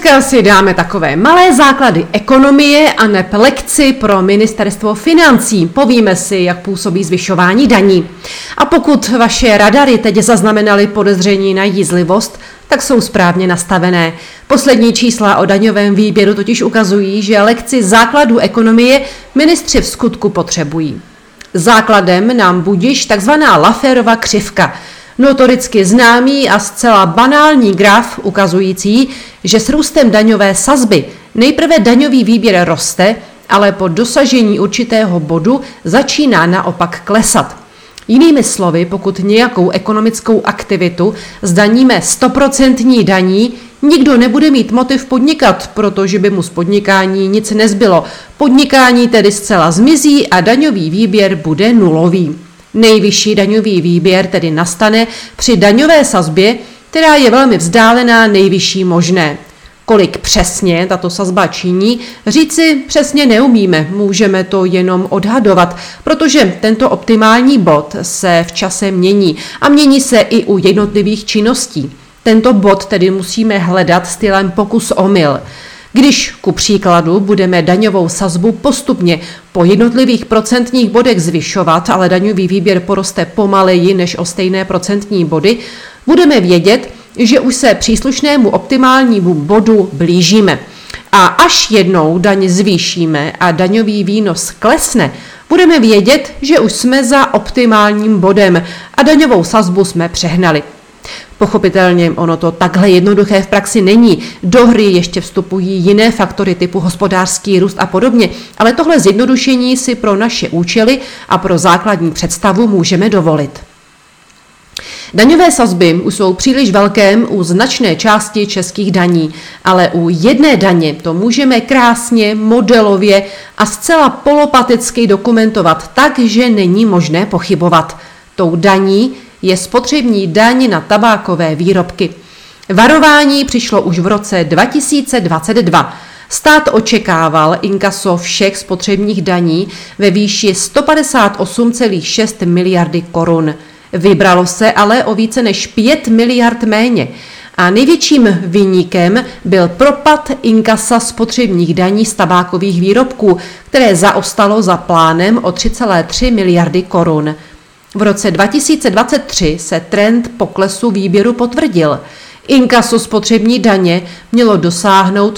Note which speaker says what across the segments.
Speaker 1: Dneska si dáme takové malé základy ekonomie a neb lekci pro ministerstvo financí. Povíme si, jak působí zvyšování daní. A pokud vaše radary teď zaznamenaly podezření na jízlivost, tak jsou správně nastavené. Poslední čísla o daňovém výběru totiž ukazují, že lekci základů ekonomie ministři v skutku potřebují. Základem nám budiž takzvaná Lafferova křivka, notoricky známý a zcela banální graf ukazující, že s růstem daňové sazby nejprve daňový výběr roste, ale po dosažení určitého bodu začíná naopak klesat. Jinými slovy, pokud nějakou ekonomickou aktivitu zdaníme 100% daní, nikdo nebude mít motiv podnikat, protože by mu z podnikání nic nezbylo. Podnikání tedy zcela zmizí a daňový výběr bude nulový. Nejvyšší daňový výběr tedy nastane při daňové sazbě, která je velmi vzdálená nejvyšší možné. Kolik přesně tato sazba činí, říci přesně neumíme, můžeme to jenom odhadovat, protože tento optimální bod se v čase mění a mění se i u jednotlivých činností. Tento bod tedy musíme hledat stylem pokus-omyl. Když ku příkladu budeme daňovou sazbu postupně po jednotlivých procentních bodech zvyšovat, ale daňový výběr poroste pomaleji než o stejné procentní body, budeme vědět, že už se příslušnému optimálnímu bodu blížíme. A až jednou daň zvýšíme a daňový výnos klesne, budeme vědět, že už jsme za optimálním bodem a daňovou sazbu jsme přehnali. Pochopitelně ono to takhle jednoduché v praxi není. Do hry ještě vstupují jiné faktory typu hospodářský růst a podobně, ale tohle zjednodušení si pro naše účely a pro základní představu můžeme dovolit. Daňové sazby už jsou příliš velké u značné části českých daní, ale u jedné daně to můžeme krásně, modelově a zcela polopaticky dokumentovat tak, že není možné pochybovat. Tou daní je spotřební daň na tabákové výrobky. Varování přišlo už v roce 2022. Stát očekával inkaso všech spotřebních daní ve výši 158,6 miliardy korun. Vybralo se ale o více než 5 miliard méně. A největším viníkem byl propad inkasa spotřebních daní z tabákových výrobků, které zaostalo za plánem o 3,3 miliardy korun. V roce 2023 se trend poklesu výběru potvrdil. Inkaso spotřební daně mělo dosáhnout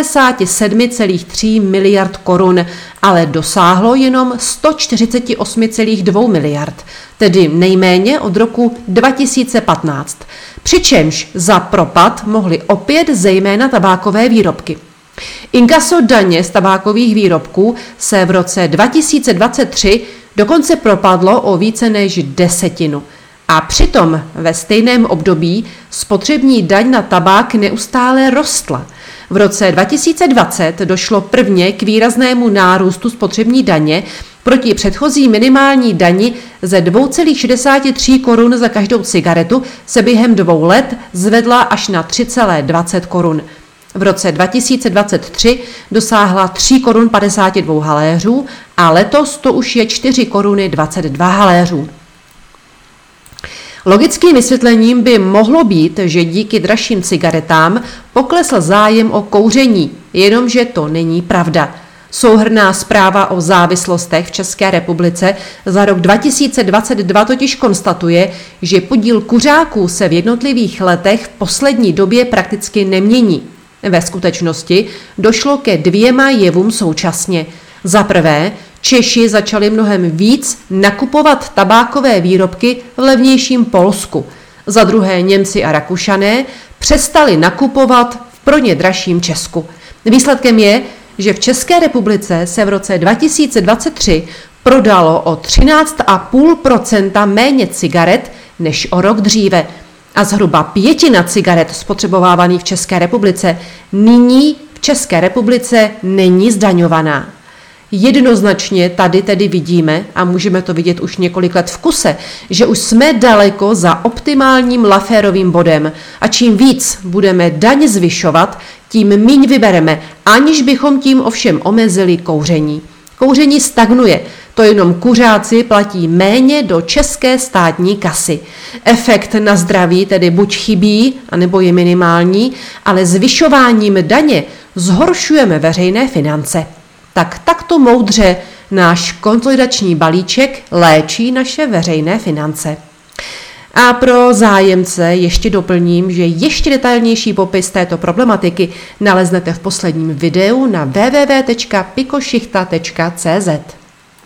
Speaker 1: 157,3 miliard korun, ale dosáhlo jenom 148,2 miliard, tedy nejméně od roku 2015. Přičemž za propad mohly opět zejména tabákové výrobky. Inkaso daně z tabákových výrobků se v roce 2023 dokonce propadlo o více než 10%. A přitom ve stejném období spotřební daň na tabák neustále rostla. V roce 2020 došlo prvně k výraznému nárůstu spotřební daně proti předchozí minimální dani ze 2,63 korun za každou cigaretu se během 2 let zvedla až na 3,20 korun. V roce 2023 dosáhla 3 korun 52 haléřů a letos to už je 4 koruny 22 haléřů. Logickým vysvětlením by mohlo být, že díky dražším cigaretám poklesl zájem o kouření, jenomže to není pravda. Souhrnná zpráva o závislostech v České republice za rok 2022 totiž konstatuje, že podíl kuřáků se v jednotlivých letech v poslední době prakticky nemění. Ve skutečnosti došlo ke 2 jevům současně. Za prvé, Češi začali mnohem víc nakupovat tabákové výrobky v levnějším Polsku. Za druhé, Němci a Rakušané přestali nakupovat v pro ně dražším Česku. Výsledkem je, že v České republice se v roce 2023 prodalo o 13,5% méně cigaret než o rok dříve. A zhruba 1/5 cigaret spotřebovávaných v České republice nyní v České republice není zdaňovaná. Jednoznačně tady tedy vidíme, a můžeme to vidět už několik let v kuse, že už jsme daleko za optimálním Lafferovým bodem a čím víc budeme daň zvyšovat, tím míň vybereme, aniž bychom tím ovšem omezili kouření. Kouření stagnuje, to jenom kuřáci platí méně do české státní kasy. Efekt na zdraví tedy buď chybí, anebo je minimální, ale zvyšováním daně zhoršujeme veřejné finance. Takto moudře náš konsolidační balíček léčí naše veřejné finance. A pro zájemce ještě doplním, že ještě detailnější popis této problematiky naleznete v posledním videu na www.pikošichta.cz.